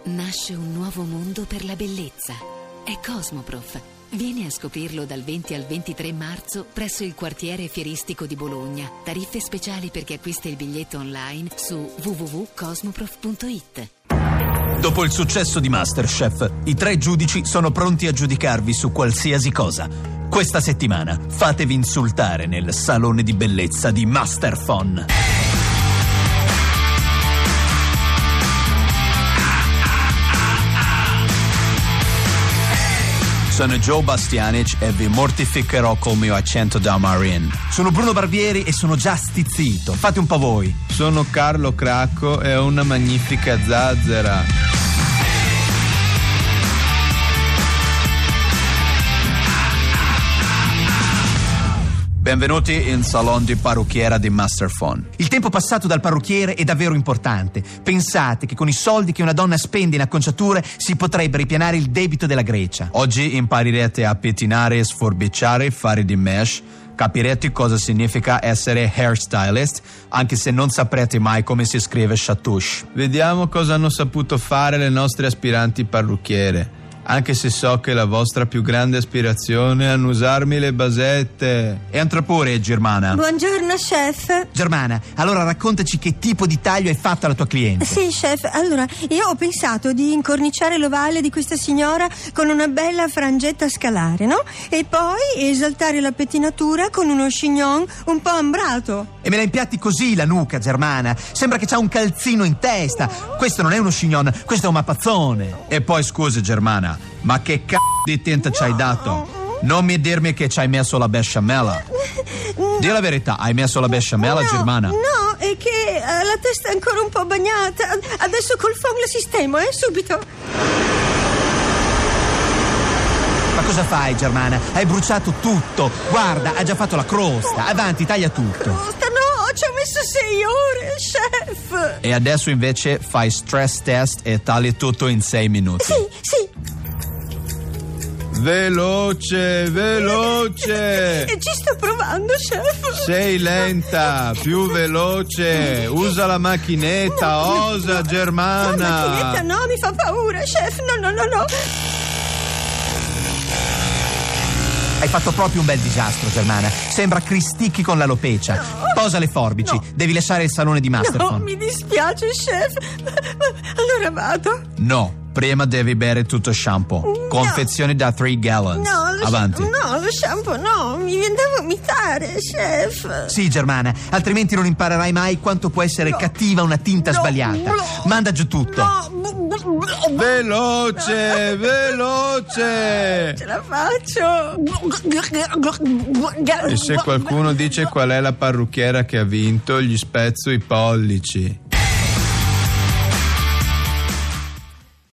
Nasce un nuovo mondo per la bellezza. È Cosmoprof. Vieni a scoprirlo dal 20 al 23 marzo presso il quartiere fieristico di Bologna. Tariffe speciali per chi acquista il biglietto online su www.cosmoprof.it. Dopo il successo di MasterChef, i 3 giudici sono pronti a giudicarvi su qualsiasi cosa. Questa settimana fatevi insultare nel salone di bellezza di Masterfon. Sono Joe Bastianic e vi mortificherò col mio accento da Marin. Sono Bruno Barbieri e sono già stizzito. Fate un po' voi. Sono Carlo Cracco e ho una magnifica zazzera. Benvenuti in salon di parrucchiera di Masterfon. Il tempo passato dal parrucchiere è davvero importante. Pensate che con i soldi che una donna spende in acconciature si potrebbe ripianare il debito della Grecia. Oggi imparirete a pettinare e sforbiciare, fare di mesh. Capirete cosa significa essere hairstylist, anche se non saprete mai come si scrive chatouche. Vediamo cosa hanno saputo fare le nostre aspiranti parrucchiere. Anche se so che la vostra più grande aspirazione è annusarmi le basette. Entra pure, Germana. Buongiorno, chef. Germana, allora raccontaci che tipo di taglio hai fatto alla tua cliente. Sì, chef, allora io ho pensato di incorniciare l'ovale di questa signora con una bella frangetta scalare, no? E poi esaltare la pettinatura con uno chignon un po' ambrato. E me la impiatti così la nuca, Germana. Sembra che c'ha un calzino in testa. Questo non è uno chignon, questo è un mappazzone. E poi scusa, Germana, ma che di tinta ci hai dato? Non mi dirmi che ci hai messo la besciamella. Dì la verità, hai messo la besciamella, Germana? No, è che la testa è ancora un po' bagnata. Adesso col phon la sistemo, subito. Ma cosa fai, Germana? Hai bruciato tutto. Guarda, ha già fatto la crosta. Avanti, taglia tutto. Crosta, no, ci ho messo 6 ore, chef. E adesso invece fai stress test e tagli tutto in 6 minuti. Sì. Veloce, veloce. Ci sto provando, chef. Sei lenta, più veloce. Usa la macchinetta, osa, Germana. La macchinetta no, mi fa paura, chef. No. Hai fatto proprio un bel disastro, Germana. Sembra Cristicchi con l'alopecia. No. Posa le forbici. No. Devi lasciare il salone di Masterfon. No, mi dispiace, chef. Allora vado. No, prima devi bere tutto shampoo. Confezioni da 3 gallons. Avanti. No, lo shampoo no. Mi viene da vomitare, chef. Sì, Germana. Altrimenti non imparerai mai quanto può essere cattiva una tinta sbagliata. Manda giù tutto. Veloce, veloce. Ce la faccio. E se qualcuno dice qual è la parrucchiera che ha vinto, gli spezzo i pollici.